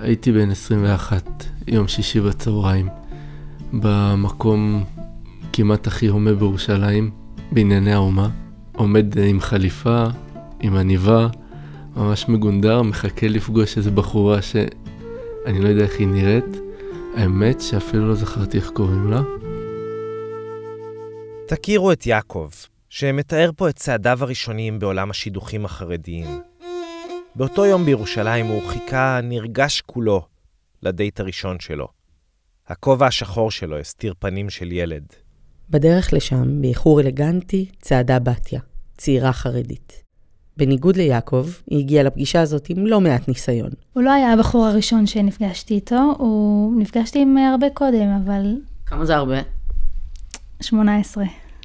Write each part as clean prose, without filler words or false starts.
הייתי בן 21, יום שישי בצהריים, במקום כמעט הכי הומה בירושלים, בענייני האומה. עומד עם חליפה, עם עניבה, ממש מגונדר, מחכה לפגוש איזו בחורה שאני לא יודע איך היא נראית. האמת שאפילו לא זכרתי איך קוראים לה. תכירו את יעקב, שמתאר פה את צעדיו הראשונים בעולם השידוכים החרדיים. באותו יום בירושלים הוא חיכה נרגש כולו לדייט הראשון שלו. הכובע השחור שלו הסתיר פנים של ילד. בדרך לשם, באיחור אלגנטי, צעדה בתיה, צעירה חרדית. בניגוד ליעקב, היא הגיעה לפגישה הזאת עם לא מעט ניסיון. הוא לא היה הבחור הראשון שנפגשתי איתו, הוא נפגשתי עם הרבה קודם, אבל... כמה זה הרבה? 18.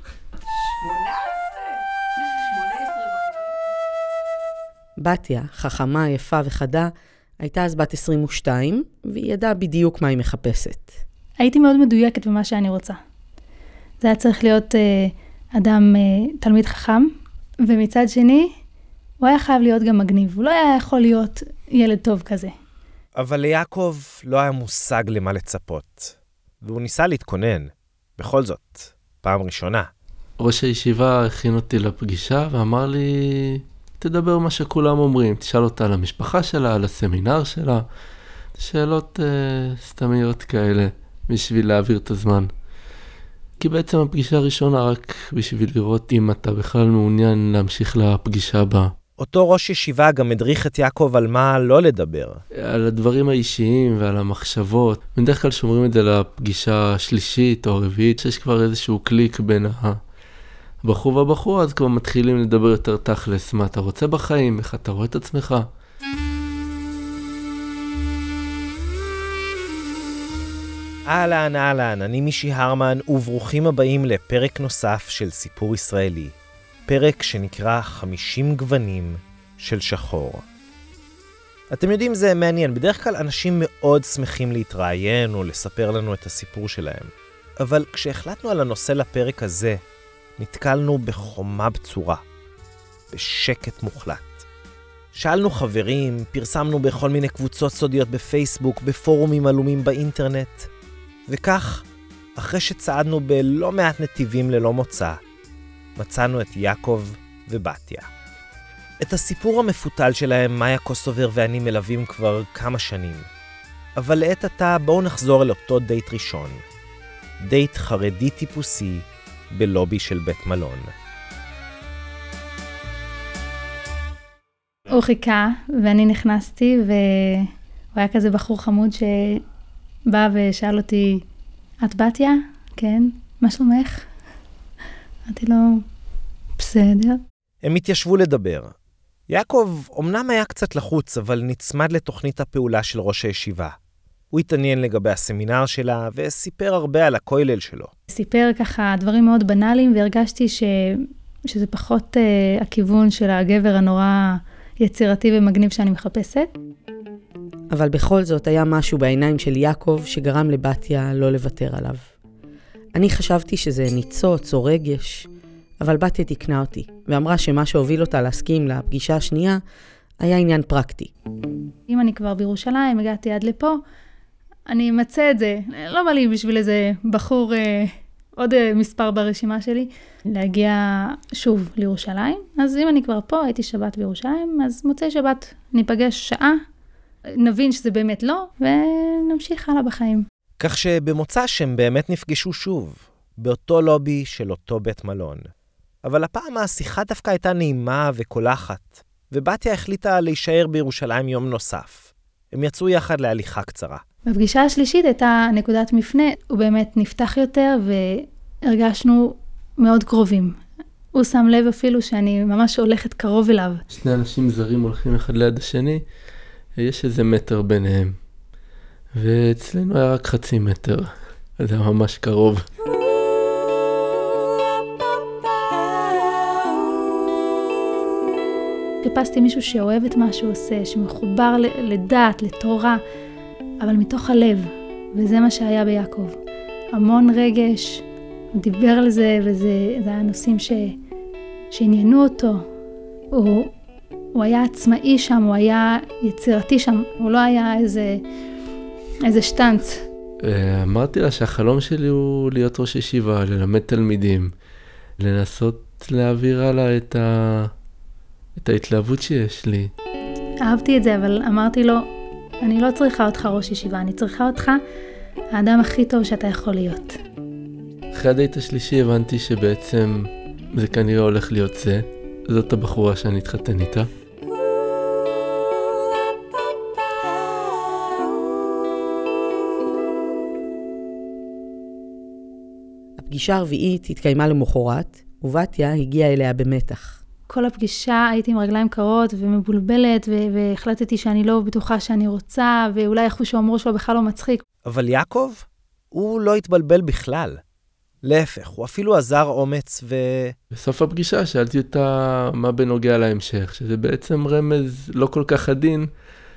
בתיה, חכמה, יפה וחדה, הייתה אז בת 22, והיא ידעה בדיוק מה היא מחפשת. הייתי מאוד מדויקת במה שאני רוצה. זה היה צריך להיות אדם תלמיד חכם, ומצד שני, הוא היה חייב להיות גם מגניב. הוא לא היה יכול להיות ילד טוב כזה. אבל ליעקב לא היה מושג למה לצפות, והוא ניסה להתכונן. בכל זאת, פעם ראשונה. ראש הישיבה הכין אותי לפגישה ואמר לי, תדבר מה שכולם אומרים, תשאל אותה על המשפחה שלה, על הסמינר שלה, שאלות סתמיות כאלה, בשביל להעביר את הזמן. כי בעצם הפגישה הראשונה רק בשביל לראות אם אתה בכלל מעוניין להמשיך לפגישה הבאה. אותו ראש ישיבה גם מדריך את יעקב על מה לא לדבר. על הדברים האישיים ועל המחשבות. בדרך כלל שומרים את זה לפגישה השלישית או הרביעית, שיש כבר איזשהו קליק בין הבחור והבחור, אז כבר מתחילים לדבר יותר תכלס, מה אתה רוצה בחיים, איך אתה רואה את עצמך. אהלן, אני מישי הרמן, וברוכים הבאים לפרק נוסף של סיפור ישראלי. פרק שנקרא 50 גוונים של שחור. אתם יודעים, זה מעניין. בדרך כלל אנשים מאוד שמחים להתראיין או לספר לנו את הסיפור שלהם. אבל כשהחלטנו על הנושא לפרק הזה, נתקלנו בחומה בצורה, בשקט מוחלט. שאלנו חברים, פרסמנו בכל מיני קבוצות סודיות בפייסבוק, בפורומים עלומים באינטרנט. וכך, אחרי שצעדנו בלא מעט נתיבים ללא מוצא, מצאנו את יעקב ובתיה. את הסיפור המפותל שלהם מאיה קוסובר ואני מלווים כבר כמה שנים. אבל לעת עתה בואו נחזור אל אותו דייט ראשון. דייט חרדי טיפוסי בלובי של בית מלון. הוא חיכה ואני נכנסתי והוא היה כזה בחור חמוד שבא ושאל אותי, את בתיה? כן. מה שלומך? אמרתי לו, בסדר. הם התיישבו לדבר. יעקב אמנם היה קצת לחוץ, אבל נצמד לתוכנית הפעולה של ראש הישיבה. הוא התעניין לגבי הסמינר שלה, וסיפר הרבה על הכולל שלו. סיפר ככה דברים מאוד בנאליים, והרגשתי שזה פחות הכיוון של הגבר הנורא יצירתי ומגניב שאני מחפשת. אבל בכל זאת היה משהו בעיניים של יעקב שגרם לבתיה לא לוותר עליו. אני חשבתי שזה ניצוץ או רגש, אבל בתיה תקנה אותי, ואמרה שמה שהוביל אותה להסכים לפגישה השנייה, היה עניין פרקטי. אם אני כבר בירושלים, הגעתי עד לפה, אני אמצא את זה. לא בא לי בשביל איזה בחור, עוד מספר ברשימה שלי, להגיע שוב לירושלים. אז אם אני כבר פה, הייתי שבת בירושלים, אז מוצאי שבת ניפגש שעה, נבין שזה באמת לא, ונמשיך הלאה בחיים. כך שבמוצא שהם באמת נפגשו שוב, באותו לובי של אותו בית מלון. אבל הפעם השיחה דווקא הייתה נעימה וקולחת, ובתיה החליטה להישאר בירושלים יום נוסף. הם יצאו יחד להליכה קצרה. בפגישה השלישית הייתה נקודת מפנה, הוא באמת נפתח יותר והרגשנו מאוד קרובים. הוא שם לב אפילו שאני ממש הולכת קרוב אליו. שני אנשים זרים הולכים אחד ליד השני, יש איזה מטר ביניהם. ואצלנו היה רק 0.5 מטר, זה היה ממש קרוב. חיפשתי מישהו שאוהב את מה שהוא עושה, שמחובר לדעת, לתורה, אבל מתוך הלב, וזה מה שהיה ביעקב. המון רגש, הוא דיבר על זה, וזה היה נושאים שעניינו אותו. הוא הוא היה עצמאי שם, הוא היה יצירתי שם, הוא לא היה איזה שטנץ. אמרתי לה שהחלום שלי הוא להיות ראש ישיבה, ללמד תלמידים, לנסות להעביר הלאה את ההתלהבות שיש לי. אהבתי את זה, אבל אמרתי לו, אני לא צריכה אותך ראש ישיבה, אני צריכה אותך האדם הכי טוב שאתה יכול להיות. אחרי הדייט השלישי הבנתי שבעצם זה כנראה הולך להיות זה. זאת הבחורה שאני אתחתן איתה. הפגישה הרביעית התקיימה למחרת, ובתיה הגיעה אליה במתח. כל הפגישה הייתי עם רגליים קרות ומבולבלת, והחלטתי שאני לא בטוחה שאני רוצה, ואולי החוש האומרו שלו בכלל לא מצחיק. אבל יעקב, הוא לא התבלבל בכלל. להפך, הוא אפילו עזר אומץ בסוף הפגישה שאלתי אותה מה בנוגע להמשך, שזה בעצם רמז לא כל כך עדין,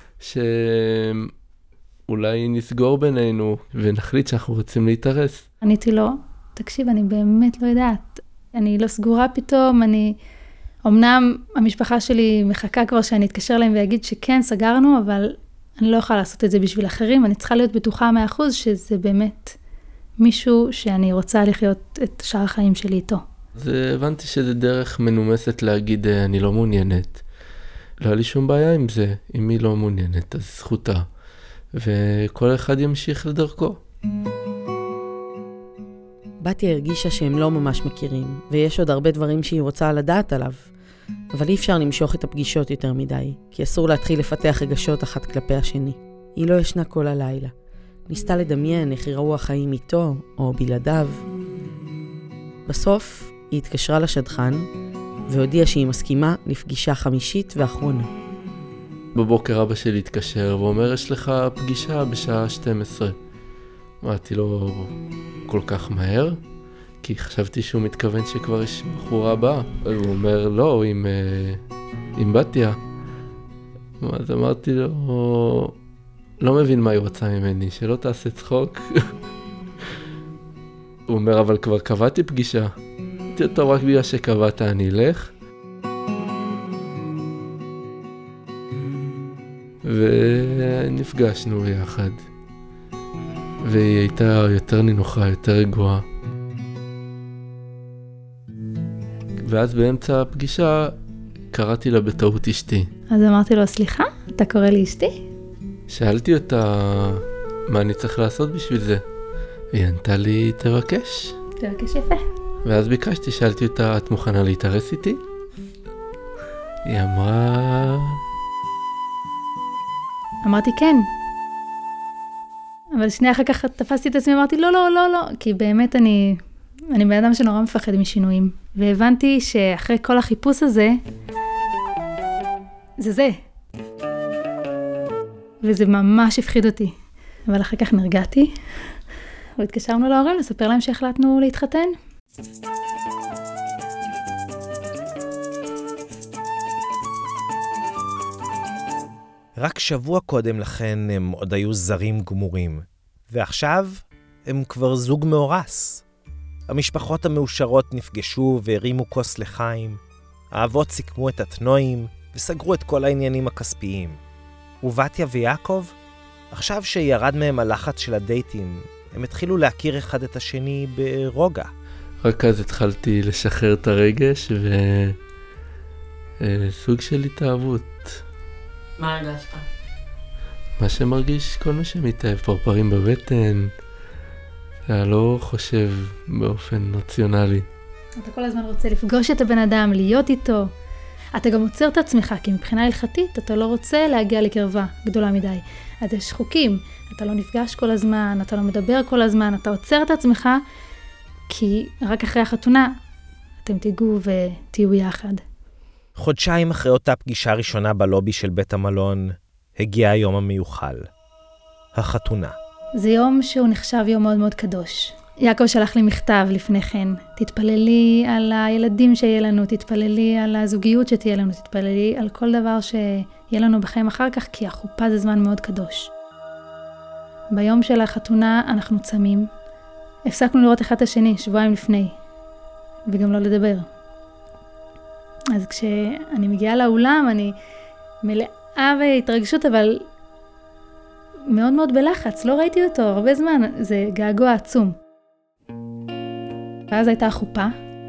שאולי נסגור בינינו ונחליט שאנחנו רוצים להתארס. עניתי לו, תקשיב, אני באמת לא יודעת. אני לא סגורה פתאום, אמנם המשפחה שלי מחכה כבר שאני אתקשר להם ויגיד שכן, סגרנו, אבל אני לא יכולה לעשות את זה בשביל אחרים. אני צריכה להיות בטוחה 100% שזה באמת מישהו שאני רוצה לחיות את שאר החיים שלי איתו. הבנתי שזה דרך מנומסת להגיד, אני לא מעוניינת. לא היה לי שום בעיה עם זה. אם היא לא מעוניינת, אז זכותה. וכל אחד ימשיך לדרכו. בתיה הרגישה שהם לא ממש מכירים, ויש עוד הרבה דברים שהיא רוצה לדעת עליו. אבל אי אפשר למשוך את הפגישות יותר מדי, כי אסור להתחיל לפתח רגשות אחת כלפי השני. היא לא ישנה כל הלילה. ניסתה לדמיין איך יראו החיים איתו או בלעדיו. בסוף היא התקשרה לשדכן, והודיעה שהיא מסכימה לפגישה חמישית ואחרונה. בבוקר אבא שלי התקשר ואומר, יש לך פגישה בשעה 12. אמרתי לו, כל כך מהר? כי חשבתי שהוא מתכוון שכבר יש בחורה הבאה. הוא אומר, לא, עם בתיה. אז אמרתי לו, לא מבין מה היא רוצה ממני, שלא תעשה צחוק. הוא אומר, אבל כבר קבעתי פגישה. אמרתי אותו, רק בגלל שקבעת אני אלך. ונפגשנו ביחד. והיא הייתה יותר נינוחה, יותר רגועה. ואז באמצע הפגישה קראתי לה בטעות אשתי. אז אמרתי לו, סליחה, אתה קורא לי אשתי? שאלתי אותה מה אני צריך לעשות בשביל זה. והיא ענתה לי, תבקש. תבקש יפה. ואז ביקשתי, שאלתי אותה, את מוכנה להתארס איתי? היא אמרה... אמרתי כן. אבל שנייה אחר כך תפסתי את עצמי, אמרתי לא, לא, לא, לא, כי באמת אני בן אדם שנורא מפחד משינויים. והבנתי שאחרי כל החיפוש הזה, זה. וזה ממש הפחיד אותי. אבל אחר כך נרגעתי, והתקשרנו להורים לספר להם שהחלטנו להתחתן. רק שבוע קודם לכן הם עוד היו זרים גמורים, ועכשיו הם כבר זוג מאורס. המשפחות המאושרות נפגשו והרימו כוס לחיים, האבות סיכמו את התנועים וסגרו את כל העניינים הכספיים. ובתיה ויעקב, עכשיו שירד מהם הלחץ של הדייטים, הם התחילו להכיר אחד את השני ברוגע. רק אז התחלתי לשחרר את הרגש וסוג של התאהבות. מה הרגשת? מה שמרגיש כל מי שמתאהב, פרפרים בבטן, אתה לא חושב באופן רציונלי. אתה כל הזמן רוצה לפגוש את הבן אדם, להיות איתו. אתה גם עוצר את עצמך, כי מבחינה הלכתית אתה לא רוצה להגיע לקרבה גדולה מדי. אז יש חוקים, אתה לא נפגש כל הזמן, אתה לא מדבר כל הזמן, אתה עוצר את עצמך, כי רק אחרי החתונה אתם תיגעו ותהיו יחד. חודשיים אחרי אותה פגישה ראשונה בלובי של בית המלון, הגיע היום המיוחל, החתונה. זה יום שהוא נחשב יום מאוד מאוד קדוש. יעקב שלח לי מכתב לפני כן, תתפללי על הילדים שיהיה לנו, תתפללי על הזוגיות שתהיה לנו, תתפללי על כל דבר שיהיה לנו בחיים אחר כך, כי החופה זה זמן מאוד קדוש. ביום של החתונה אנחנו צמים, הפסקנו לראות אחד את השני שבועיים לפני, וגם לא לדבר. אז כשאני מגיעה לאולם, אני מלאה בהתרגשות, אבל מאוד מאוד בלחץ. לא ראיתי אותו הרבה זמן, זה געגוע עצום. ואז הייתה החופה.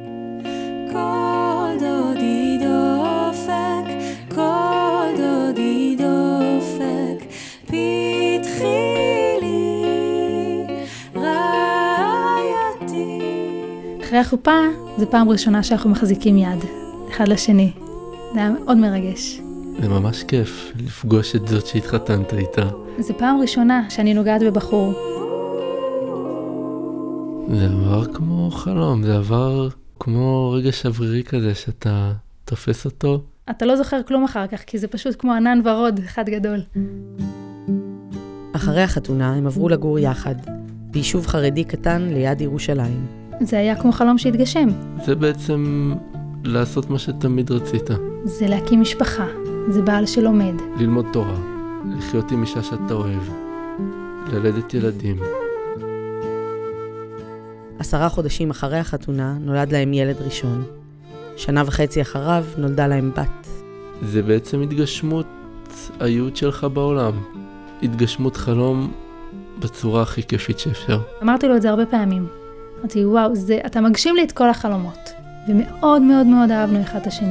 כל דודי דופק, כל דודי דופק, פתחי לי רעייתי. אחרי החופה, זו פעם ראשונה שאנחנו מחזיקים יד, אחד לשני. זה היה מאוד מרגש. זה ממש כיף לפגוש את זאת שהתחתנת איתה. זו פעם ראשונה שאני נוגעת בבחור. זה עבר כמו חלום, זה עבר כמו רגע שברירי כזה שאתה תופס אותו. אתה לא זוכר כלום אחר כך, כי זה פשוט כמו ענן ורוד, אחד גדול. אחרי החתונה הם עברו לגור יחד, ביישוב חרדי קטן ליד ירושלים. זה היה כמו חלום שהתגשם. זה בעצם לעשות מה שתמיד רצית. זה להקים משפחה, זה בעל שלומד. ללמוד תורה, לחיות עם אישה שאתה אוהב, ללדת ילדים. 10 חודשים אחרי החתונה נולד להם ילד ראשון. 1.5 שנה אחריו נולדה להם בת. זה בעצם התגשמות הייעוד שלך בעולם. התגשמות חלום בצורה הכי כיפית שאפשר. אמרתי לו את זה הרבה פעמים. אמרתי, וואו, אתה מגשים לי את כל החלומות. ומאוד מאוד מאוד אהבנו אחד את השני.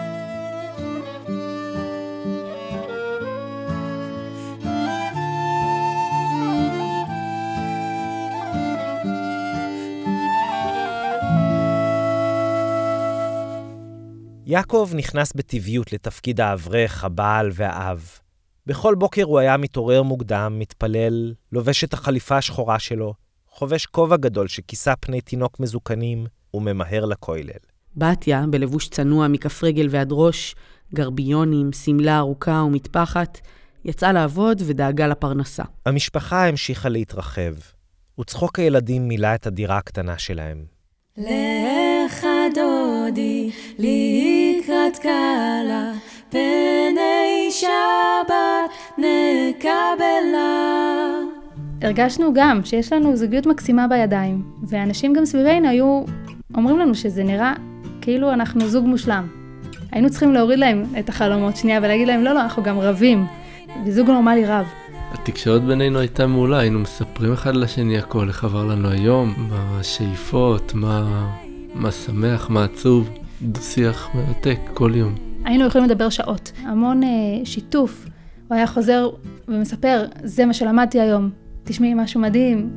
יעקב נכנס בטבעיות לתפקיד האברך, הבעל והאב. בכל בוקר הוא היה מתעורר מוקדם, מתפלל, לובש את החליפה השחורה שלו, חובש כובע גדול שכיסה פני תינוק מזוקנים וממהר לכולל. בתיה, בלבוש צנוע מכף רגל ועד ראש, גרביונים, סמלה ארוכה ומטפחת, יצאה לעבוד ודאגה לפרנסה. המשפחה המשיכה להתרחב, וצחוק הילדים מילא את הדירה הקטנה שלהם. לך דודי לקראת קלה, פני שבת נקבלה. הרגשנו גם שיש לנו זוגיות מקסימה בידיים, ואנשים גם סביבנו היו אומרים לנו שזה נראה כאילו אנחנו זוג מושלם. היינו צריכים להוריד להם את החלומות שנייה ולהגיד להם לא, אנחנו גם רבים, וזוג נורמלי רב. התקשורת בינינו הייתה מעולה, היינו מספרים אחד לשני הכל, איך עבר לנו היום, מה השאיפות, מה שמח, מה עצוב, דו-שיח מרתק כל יום. היינו יכולים לדבר שעות, המון שיתוף. הוא היה חוזר ומספר, זה מה שלמדתי היום, תשמעי משהו מדהים.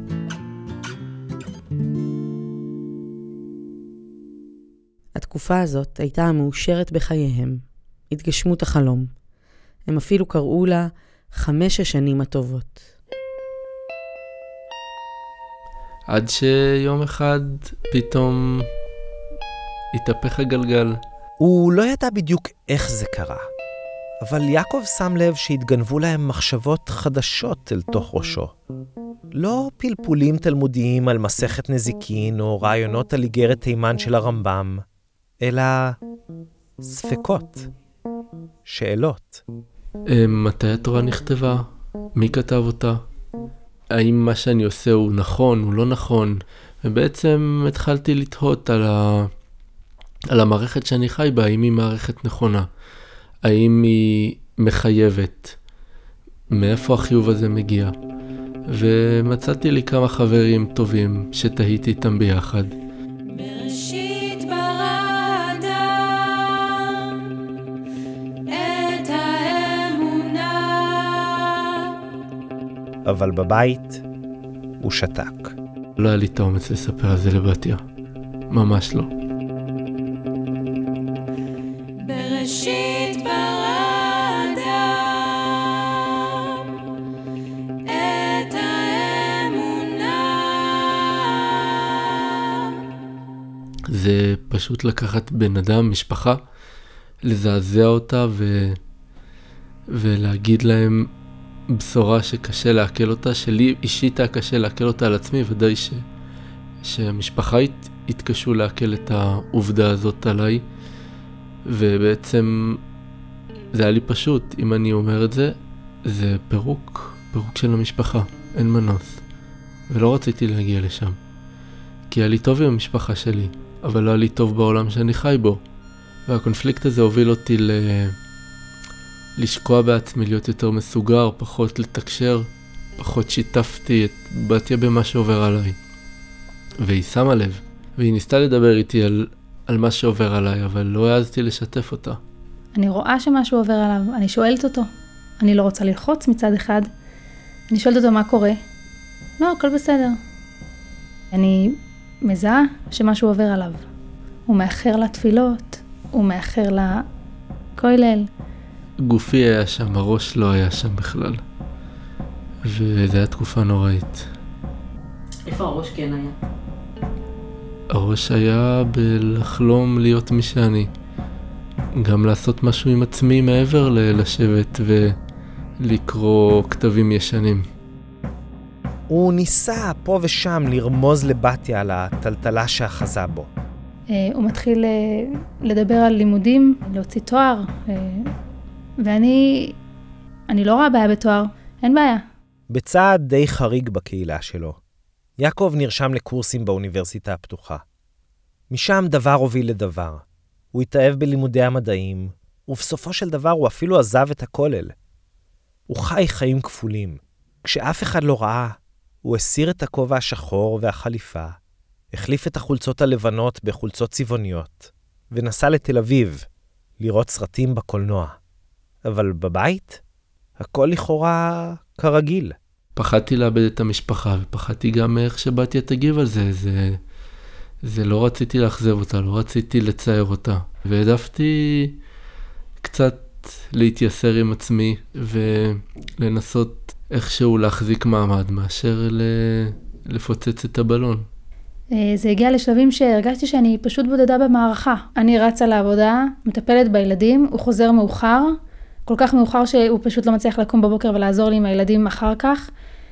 התקופה הזאת הייתה המאושרת בחייהם, התגשמות החלום. הם אפילו קראו לה 5 השנים הטובות. עד שיום אחד פתאום התהפך הגלגל. הוא לא ידע בדיוק איך זה קרה, אבל יעקב שם לב שהתגנבו להם מחשבות חדשות אל תוך ראשו. לא פלפולים תלמודיים על מסכת נזיקין או רעיונות על איגרת תימן של הרמב"ם, אלא ספקות, שאלות. מתי התורה נכתבה? מי כתב אותה? האם מה שאני עושה הוא נכון, הוא לא נכון? ובעצם התחלתי לתהות על המערכת שאני חי בה, האם היא מערכת נכונה? האם היא מחייבת? מאיפה החיוב הזה מגיע? ומצאתי לי כמה חברים טובים שתהיתי איתם ביחד. בראשית ברא אדם את האמונה. אבל בבית הוא שתק. לא היה לי את האומץ לספר על זה לבתיה. ממש לא. בראשית ברא אדם את האמונה. זה פשוט לקחת בן אדם, משפחה, לזעזע אותה ולהגיד להם בשורה שקשה לעכל אותה, שלי אישית היה קשה לעכל אותה על עצמי, ודאי שהמשפחה התקשו לעכל את העובדה הזאת עליי, ובעצם זה היה לי פשוט, אם אני אומר את זה, זה פירוק של המשפחה, אין מנוס. ולא רציתי להגיע לשם, כי היה לי טוב עם המשפחה שלי, אבל לא היה לי טוב בעולם שאני חי בו. והקונפליקט הזה הוביל אותי לשקוע בעצמי, להיות יותר מסוגר, פחות לתקשר, פחות שיתפתי את בתיה במה שעובר עליי. והיא שמה לב, והיא ניסתה לדבר איתי על מה שעובר עליי, אבל לא העזתי לשתף אותה. אני רואה שמשהו עובר עליו, אני שואלת אותו. אני לא רוצה ללחוץ מצד אחד. אני שואלת אותו מה קורה. לא, הכל בסדר. אני מזהה שמשהו עובר עליו. הוא מאחר לתפילות, הוא מאחר לכולל. גופי היה שם, הראש לא היה שם בכלל. וזו הייתה תקופה נוראית. איפה הראש כן היה? הראש היה בלחלום להיות מי שאני. גם לעשות משהו עם עצמי מעבר לשבת ולקרוא כתבים ישנים. הוא ניסה פה ושם לרמוז לבתיה על הטלטלה שאחזה בו. הוא מתחיל לדבר על לימודים, להוציא תואר, ואני לא רואה בעיה בתואר, אין בעיה. בצעד די חריג בקהילה שלו, יעקב נרשם לקורסים באוניברסיטה הפתוחה. משם דבר הוביל לדבר. הוא התאהב בלימודי המדעים, ובסופו של דבר הוא אפילו עזב את הכולל. הוא חי חיים כפולים. כשאף אחד לא ראה, הוא הסיר את הכובע השחור והחליפה, החליף את החולצות הלבנות בחולצות צבעוניות, ונסע לתל אביב לראות סרטים בקולנוע. אבל בבית, הכל לכאורה כרגיל. פחדתי לאבד את המשפחה, ופחדתי גם איך שבתיה תגיב על זה. זה לא רציתי לאכזב אותה, לא רציתי לצייר אותה. והעדפתי קצת להתייסר עם עצמי, ולנסות איכשהו להחזיק מעמד, מאשר לפוצץ את הבלון. זה הגיע לשלבים שהרגשתי שאני פשוט בודדה במערכה. אני רצה לעבודה, מטפלת בילדים, הוא חוזר מאוחר, כל כך מאוחר שהוא פשוט לא מצליח לקום בבוקר ולעזור לי עם הילדים אחר כך.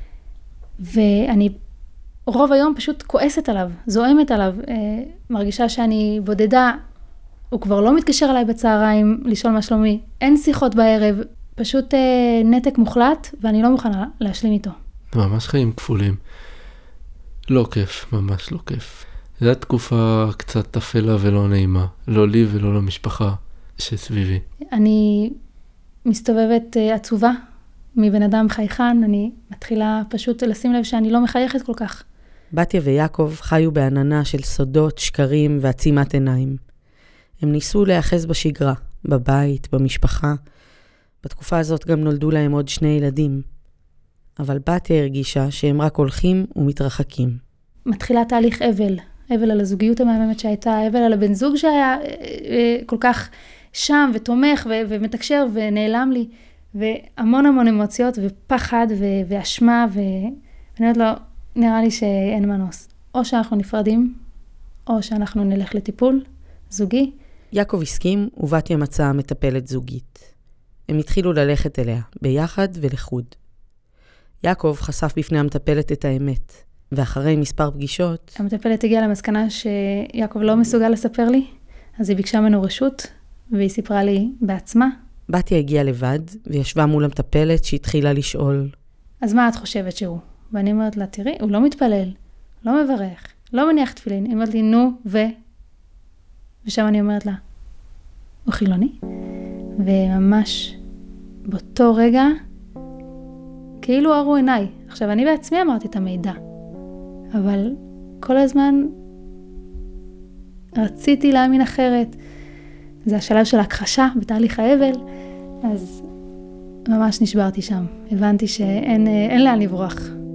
ואני רוב היום פשוט כועסת עליו, זועמת עליו, מרגישה שאני בודדה. הוא כבר לא מתקשר אליי בצהריים לשאול מה שלומי, אין שיחות בערב, פשוט נתק מוחלט, ואני לא מוכנה להשלים איתו. ממש חיים כפולים. לא כיף, ממש לא כיף. זו הייתה תקופה קצת אפלה ולא נעימה, לא לי ולא למשפחה שסביבי. אני מסתובבת עצובה מבן אדם חייכן, אני מתחילה פשוט לשים לב שאני לא מחייכת כל כך. בתיה ויעקב חיו בעננה של סודות, שקרים ועצימת עיניים. הם ניסו להיאחז בשגרה, בבית, במשפחה. בתקופה הזאת גם נולדו להם עוד 2 ילדים. אבל בתיה הרגישה שהם רק הולכים ומתרחקים. מתחילה תהליך אבל על הזוגיות המהממת שהייתה, אבל על הבן זוג שהיה כל כך שם ותומך ומתקשר ונעלם לי, והמון המון אמוציות ופחד ואשמה, ואני אומרת לו, נראה לי שאין מנוס. או שאנחנו נפרדים, או שאנחנו נלך לטיפול זוגי. יעקב הסכים ובתיה מצאה מטפלת זוגית. הם התחילו ללכת אליה, ביחד ולחוד. יעקב חשף בפני המטפלת את האמת, ואחרי מספר פגישות... המטפלת הגיעה למסקנה שיעקב לא מסוגל לספר לי, אז היא ביקשה ממנו רשות, והיא סיפרה לי בעצמה. בתיה הגיעה לבד, וישבה מול המטפלת שהתחילה לשאול. אז מה את חושבת שהוא? ואני אומרת לה, תראי, הוא לא מתפלל, לא מברך, לא מניח תפילין. היא אומרת לי, נו, ושם אני אומרת לה, הוא חילוני? וממש באותו רגע, כאילו ארו עיניי. עכשיו, אני בעצמי אמרתי את המידע, אבל כל הזמן רציתי להאמין אחרת. זה השלב של הכחשה בתהליך האבל, אז ממש נשברתי שם. הבנתי שאין לאן לברוח.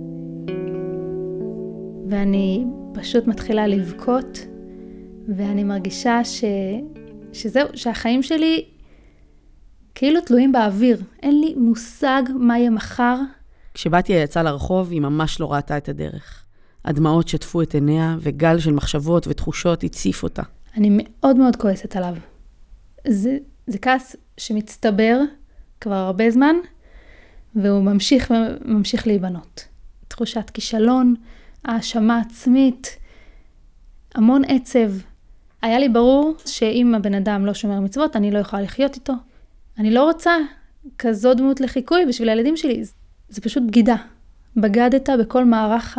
ואני פשוט מתחילה לבכות, ואני מרגישה שזהו, שהחיים שלי כאילו תלויים באוויר. אין לי מושג מה יהיה מחר. כשבתיה יצאה לרחוב, היא ממש לא ראתה את הדרך. הדמעות שטפו את עיניה, וגל של מחשבות ותחושות הציף אותה. אני מאוד מאוד כועסת עליו. זה כעס שמצטבר כבר הרבה זמן, והוא ממשיך להיבנות. תחושת כישלון, האשמה עצמית, המון עצב. היה לי ברור שאם הבן אדם לא שומר מצוות, אני לא יכולה לחיות איתו. אני לא רוצה כזו דמות לחיקוי בשביל הילדים שלי. זה פשוט בגידה. בגדת בכל מערך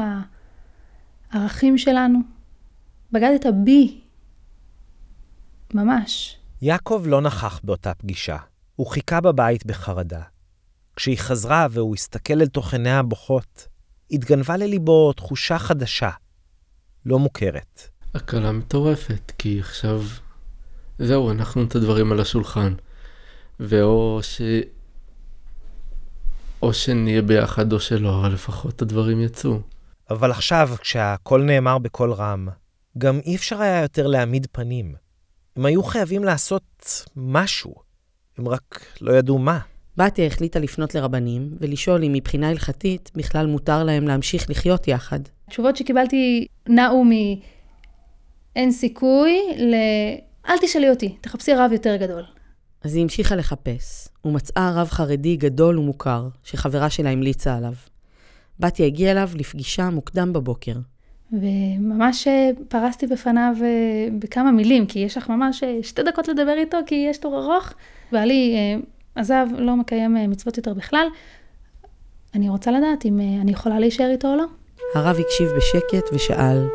הערכים שלנו. בגדת בי. ממש. יעקב לא נכח באותה פגישה. הוא חיכה בבית בחרדה. כשהיא חזרה והוא הסתכל אל תוך עיניה הבוכות, התגנבה לליבו תחושה חדשה, לא מוכרת. הקלה מטורפת, כי עכשיו זהו, אנחנו את הדברים על השולחן. או שנהיה ביחד או שלא, אבל לפחות הדברים יצאו. אבל עכשיו, כשהכל נאמר בקול רם, גם אי אפשר היה יותר להעמיד פנים. הם היו חייבים לעשות משהו. הם רק לא ידעו מה. בתיה החליטה לפנות לרבנים ולשאול אם מבחינה הלכתית בכלל מותר להם להמשיך לחיות יחד. התשובות שקיבלתי נעו אין סיכוי אל תשאלי אותי, תחפשי רב יותר גדול. אז היא המשיכה לחפש, ומצאה רב חרדי גדול ומוכר, שחברה שלה המליצה עליו. בתיה הגיעה אליו לפגישה מוקדם בבוקר. וממש פרסתי בפניו בכמה מילים, כי יש לך ממש 2 דקות לדבר איתו, כי יש תור ארוך. בעלי עזב, לא מקיים מצוות יותר בכלל. אני רוצה לדעת אם אני יכולה להישאר איתו או לא. הרב הקשיב בשקט ושאל,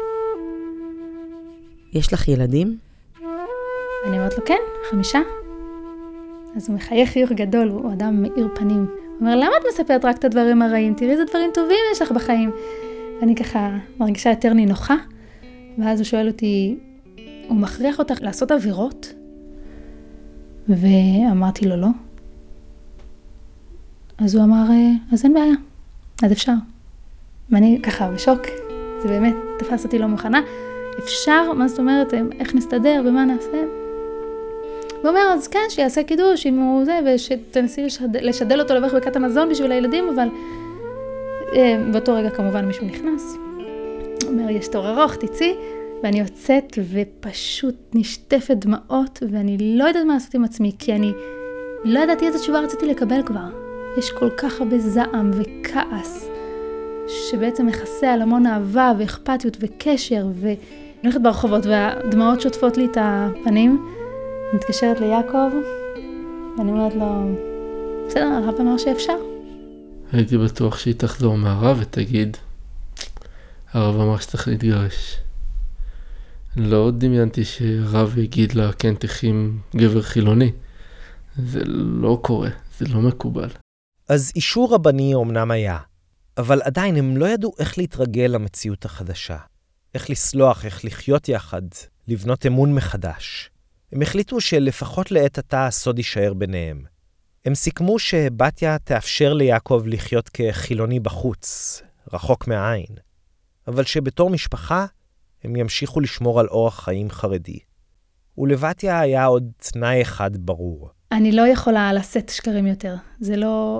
יש לך ילדים? אני אומרת לו, כן, 5. אז הוא מחייך חיוך גדול, הוא אדם מאיר פנים. הוא אומר, למה את מספרת רק את הדברים הרעים? תראי איזה דברים טובים יש לך בחיים. ואני ככה מרגישה יותר נינוחה. ואז הוא שואל אותי, הוא מכריח אותך לעשות עבירות? ואמרתי לו, לא. אז הוא אמר, אז אין בעיה, אז אפשר. ואני ככה בשוק, זה באמת תפס אותי לא מוכנה. אפשר, מה זאת אומרת, איך נסתדר ומה נעשה? הוא אומר, אז כן, שיעשה קידוש אם הוא זה, ושתנסי לשדל אותו לברך ברכת המזון בשביל הילדים, אבל באותו רגע כמובן מישהו נכנס. הוא אומר, יש תור ארוך, תצאי, ואני יוצאת ופשוט נשטפת דמעות, ואני לא יודעת מה לעשות עם עצמי, כי אני לא ידעתי איזה תשובה רציתי לקבל כבר. יש כל כך הרבה זעם וכעס, שבעצם מכסה על המון אהבה ואכפתיות וקשר, ואני הולכת ברחובות והדמעות שוטפות לי את הפנים. אני מתקשרת ליעקב, ואני אומרת לו, בסדר, הרב אמר שאפשר. הייתי בטוח שהיא תחזור מהרב ותגיד, הרב אמר שצריך להתגרש. לא דמיינתי שרב יגיד לה, כן, תחי עם גבר חילוני. זה לא קורה, זה לא מקובל. אז אישור רבני אומנם היה, אבל עדיין הם לא ידעו איך להתרגל למציאות החדשה. איך לסלוח, איך לחיות יחד, לבנות אמון מחדש. הם החליטו שלפחות לעת עתה הסוד יישאר ביניהם. הם סיכמו שבתיה תאפשר ליעקב לחיות כחילוני בחוץ, רחוק מהעין. אבל שבתור משפחה הם ימשיכו לשמור על אורח חיים חרדי. ולבתיה היה עוד תנאי אחד ברור. אני לא יכולה לשאת שקרים יותר. זה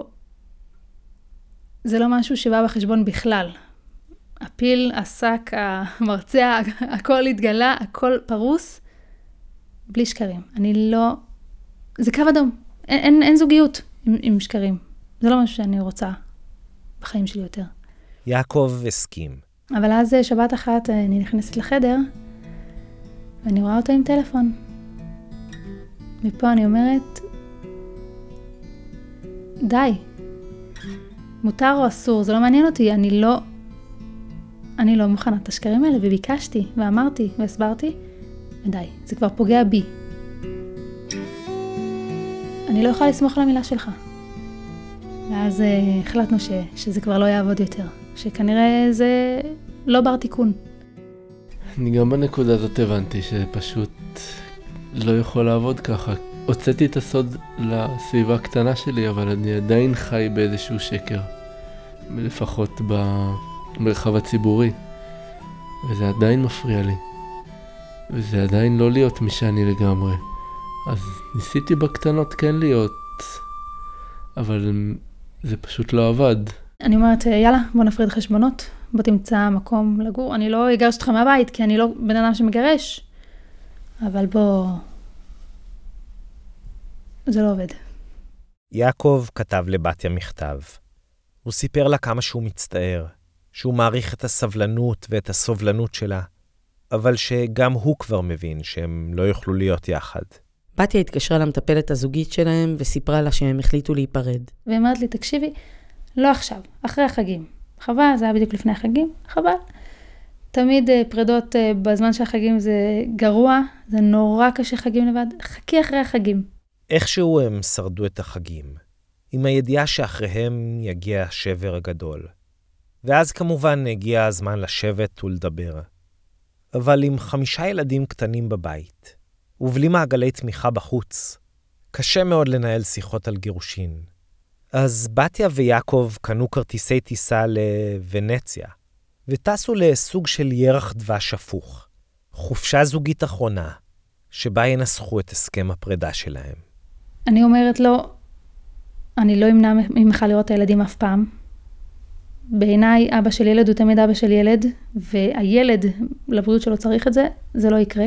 לא משהו שבא בחשבון בכלל. הפיל, השק, המרצע, הכל התגלה, הכל פרוס, בלי שקרים. זה קו אדום. אין זוגיות עם שקרים. זה לא משהו שאני רוצה בחיים שלי יותר. יעקב הסכים. אבל אז שבת אחת אני נכנסת לחדר, ואני רואה אותו עם טלפון. מפה אני אומרת, די. מותר או אסור, זה לא מעניין אותי, אני לא מוכנה את השקרים האלה, וביקשתי, ואמרתי, והסברתי, ודי, זה כבר פוגע בי. אני לא יכולה לסמוך על המילה שלך. ואז החלטנו שזה כבר לא יעבוד יותר, שכנראה זה לא בר תיקון. אני גם בנקודה הזאת הבנתי שפשוט לא יכול לעבוד ככה. הוצאתי את הסוד לסביבה הקטנה שלי, אבל אני עדיין חי באיזשהו שקר. לפחות במרחב הציבורי. וזה עדיין מפריע לי. וזה עדיין לא להיות מי שאני לגמרי. אז ניסיתי בקטנות כן להיות, אבל זה פשוט לא עבד. אני אומרת, יאללה, בוא נפריד חשבונות. בוא תמצא מקום לגור. אני לא אגרש אותך מהבית, כי אני לא בן אדם שמגרש. אבל בוא... זה לא עובד. יעקב כתב לבתיה מכתב. הוא סיפר לה כמה שהוא מצטער, שהוא מעריך את הסבלנות ואת הסובלנות שלה, אבל שגם הוא כבר מבין שהם לא יוכלו להיות יחד. בתיה התקשרה למטפלת הזוגית שלהם וסיפרה לה שהם החליטו להיפרד. והיא אמרת לי, תקשיבי, לא עכשיו, אחרי החגים. חבל, זה היה בדיוק לפני החגים, חבל. תמיד פרדות בזמן שהחגים זה גרוע, זה נורא קשה חגים לבד, חכי אחרי החגים. איכשהו הם שרדו את החגים, עם הידיעה שאחריהם יגיע השבר הגדול. ואז כמובן הגיע הזמן לשבת ולדבר. אבל עם 5 ילדים קטנים בבית, ובלי מעגלי תמיכה בחוץ, קשה מאוד לנהל שיחות על גירושין. אז בתיה ויעקב קנו כרטיסי טיסה לוונציה, וטסו לסוג של ירח דבש הפוך, חופשה זוגית אחרונה, שבה ינסחו את הסכם הפרידה שלהם. אני אומרת לו, אני לא אמנע ממך לראות את הילדים אף פעם. בעיניי אבא של ילד הוא תמיד אבא של ילד, והילד לבריאות שלו צריך את זה, זה לא יקרה.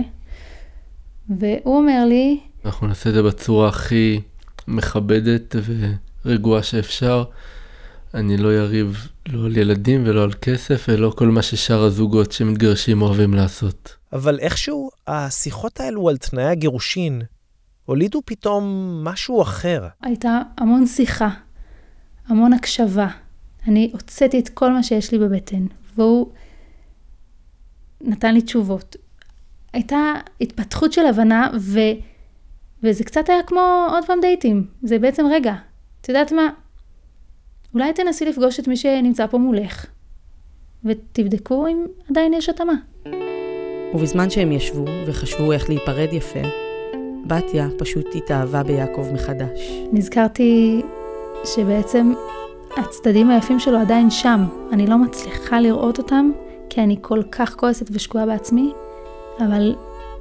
והוא אומר לי, אנחנו נעשה את זה בצורה הכי מכבדת ורגועה שאפשר. אני לא יריב לא על ילדים ולא על כסף, ולא כל מה ששאר הזוגות שמתגרשים אוהבים לעשות. אבל איכשהו השיחות האלו על תנאי הגירושין הולידו פתאום משהו אחר. הייתה המון שיחה, המון הקשבה. אני הוצאתי את כל מה שיש לי בבטן, והוא נתן לי תשובות. הייתה התפתחות של הבנה, וזה קצת היה כמו עוד פעם דייטים. זה בעצם רגע, את יודעת מה? אולי תנסי לפגוש את מי שנמצא פה מולך, ותבדקו אם עדיין יש התאמה. ובזמן שהם ישבו וחשבו איך להיפרד יפה, בתיה פשוט התאהבה ביעקב מחדש. נזכרתי שבעצם הצדדים היפים שלו עדיין שם. אני לא מצליחה לראות אותם, כי אני כל כך כועסת ושקועה בעצמי, אבל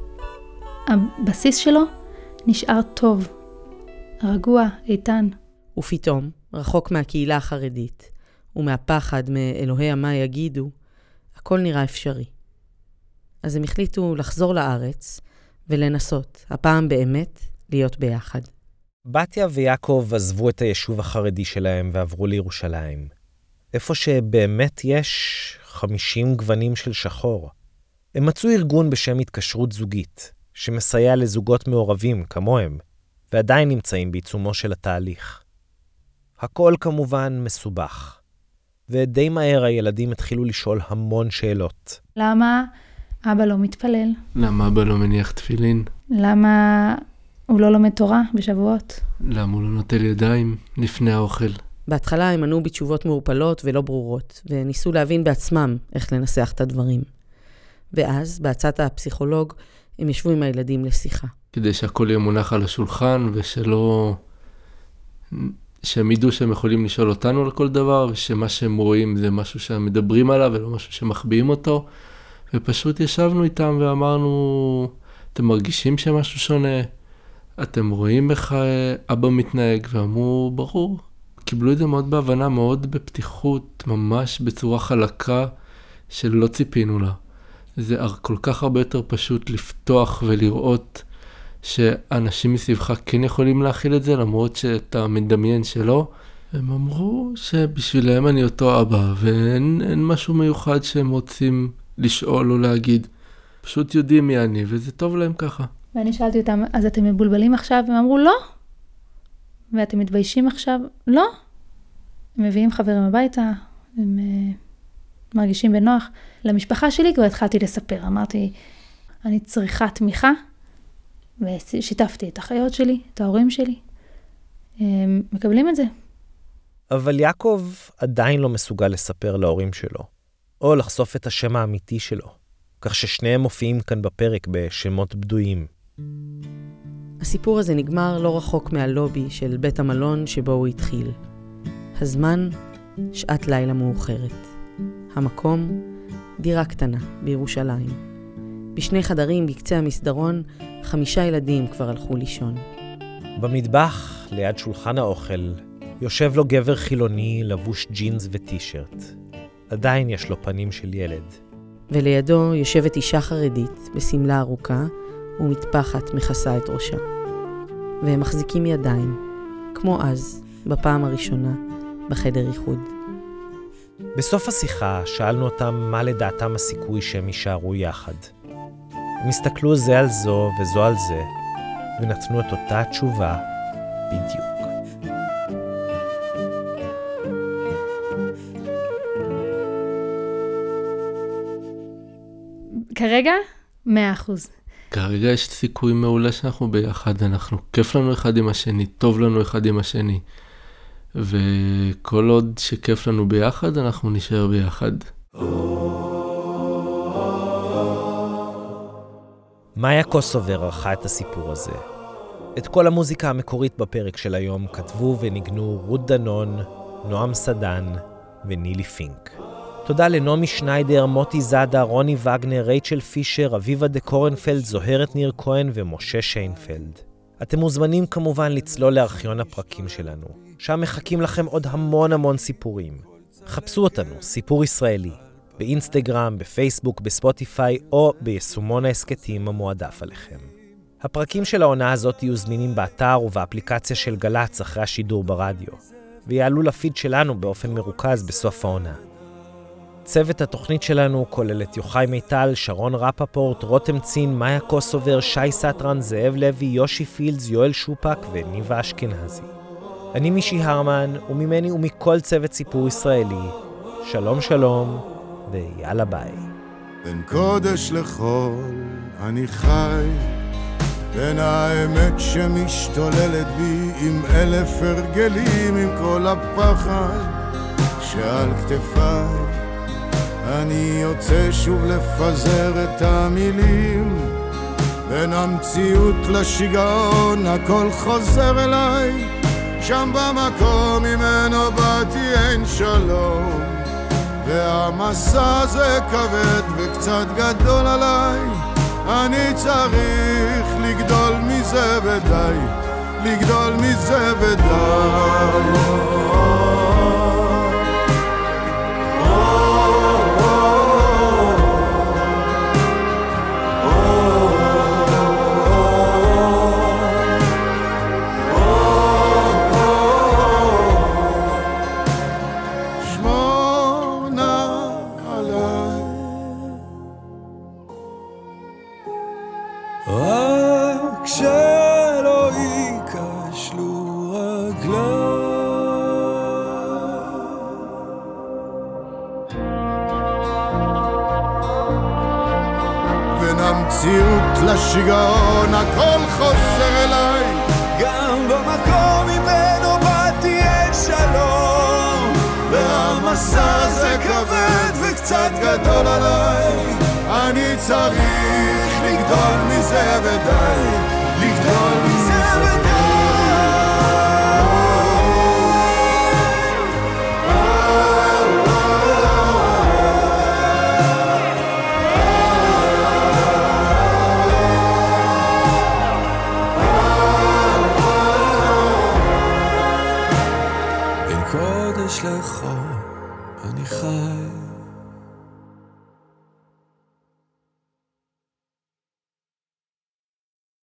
הבסיס שלו נשאר טוב, רגוע, איתן. ופתאום, רחוק מהקהילה החרדית, ומהפחד מאלוהי מה יגידו, הכל נראה אפשרי. אז הם החליטו לחזור לארץ ולנסות, הפעם באמת, להיות ביחד. בתיה ויעקב עזבו את היישוב החרדי שלהם ועברו לירושלים. איפה שבאמת יש 50 גוונים של שחור. הם מצאו ארגון בשם התקשרות זוגית, שמסייע לזוגות מעורבים כמוהם, ועדיין נמצאים בעיצומו של התהליך. הכל כמובן מסובך, ודי מהר הילדים התחילו לשאול המון שאלות. למה אבא לא מתפלל? למה אבא לא מניח תפילין? למה הוא לא לומד תורה בשבועות? למה הוא לא נוטל ידיים לפני האוכל? בהתחלה הם ענו בתשובות מעורפלות ולא ברורות, וניסו להבין בעצמם איך לנסח את הדברים. ואז, בעצת הפסיכולוג, הם ישבו עם הילדים לשיחה. כדי שהכל יהיה מונח על השולחן, שהם ידעו שהם יכולים לשאול אותנו לכל דבר, ושמה שהם רואים זה משהו שהם מדברים עליו, ולא משהו שמחביאים אותו. ופשוט ישבנו איתם ואמרנו, אתם מרגישים שמשהו שונה? אתם רואים איך אבא מתנהג? ואמרו, ברור. קיבלו את זה מאוד בהבנה, מאוד בפתיחות, ממש בצורה חלקה שלא ציפינו לה. זה כל כך הרבה יותר פשוט לפתוח ולראות שאנשים מסביבך כן יכולים להכיל את זה, למרות שאתה מדמיין שלא. הם אמרו שבשבילם אני אותו אבא, ואין משהו מיוחד שהם רוצים לשאול או להגיד. פשוט יודעים מי אני, וזה טוב להם ככה. ואני שאלתי אותם, אז אתם מבולבלים עכשיו? הם אמרו, לא. ואתם מתביישים עכשיו? לא. הם מביאים חברים הביתה, הם מרגישים בנוח. למשפחה שלי כבר התחלתי לספר. אמרתי, אני צריכה תמיכה, ושיתפתי את החיות שלי, את ההורים שלי. הם מקבלים את זה. אבל יעקב עדיין לא מסוגל לספר להורים שלו, או לחשוף את השם האמיתי שלו, כך ששניהם מופיעים כאן בפרק בשמות בדויים. הסיפור הזה נגמר לא רחוק מהלובי של בית המלון שבו הוא התחיל. הזמן, שעת לילה מאוחרת. המקום, דירה קטנה בירושלים. בשני חדרים בקצה המסדרון, 5 ילדים כבר הלכו לישון. במטבח, ליד שולחן האוכל, יושב לו גבר חילוני לבוש ג'ינס וטישרט. עדיין יש לו פנים של ילד. ולידו יושבת אישה חרדית בסמלה ארוכה ומטפחת מכסה את ראשה. והם מחזיקים ידיים, כמו אז, בפעם הראשונה, בחדר איחוד. בסוף השיחה שאלנו אותם מה לדעתם הסיכוי שהם יישארו יחד. הם הסתכלו זה על זו וזו על זה, ונתנו את אותה התשובה בדיוק. כרגע, 100%. כרגע יש סיכוי מעולה שאנחנו ביחד, כיף לנו אחד עם השני, טוב לנו אחד עם השני. וכל עוד שכיף לנו ביחד, אנחנו נשאר ביחד. מאיה קוסובר ערכה את הסיפור הזה. את כל המוזיקה המקורית בפרק של היום כתבו וניגנו רות דנון, נועם סדן ונילי פינק. תודה לנעמי שניידר, מוטי זאדה, רוני וגנר, רייצ'ל פישר, אביבה דה קורנפלד, זוהרת ניר כהן ומשה שיינפלד. אתם מוזמנים כמובן לצלול לארכיון הפרקים שלנו. שם מחכים לכם עוד המון סיפורים. חפשו אותנו, סיפור ישראלי, באינסטגרם, בפייסבוק, בספוטיפיי או ביישומון העסקתים המועדף עליכם. הפרקים של העונה הזאת יהיו זמינים באתר ובאפליקציה של גלץ אחרי השידור ברדיו, ויעלו לפיד שלנו באופן מרוכז בסוף העונה. צוות התוכנית שלנו כולל את יוחאי מיטל, שרון רפפורט, רותם צין, מאיה קוסובר, שי סטרן, זאב לוי, יושי פילדס, יואל שופק וניבה אשכנזי. אני מישי הרמן, וממני ומכל צוות סיפור ישראלי. שלום ויאללה ביי. בין קודש לחול אני חי, בין האמת שמשתוללת בי עם 1000 הרגלים, עם כל הפחד שעל כתפיי. אני יוצא שוב לפזר את המילים, בין המציאות לשיגעון הכל חוזר אליי, שם במקום ממנו באתי אין שלום, והמסע הזה כבד וקצת גדול עליי. אני צריך לגדול מזה ודי, לגדול מזה ודי. רק שלא ייכשלו רגליי, בין המציאות לשיגעון הכל חוזר אליי, גם במקום ממנו באתי אין שלום, והמסע הזה כבד וקצת גדול עליי. אני צריך לגדול מזה ודי, לגדול מזה ודי. בין קודש לחול אני חי,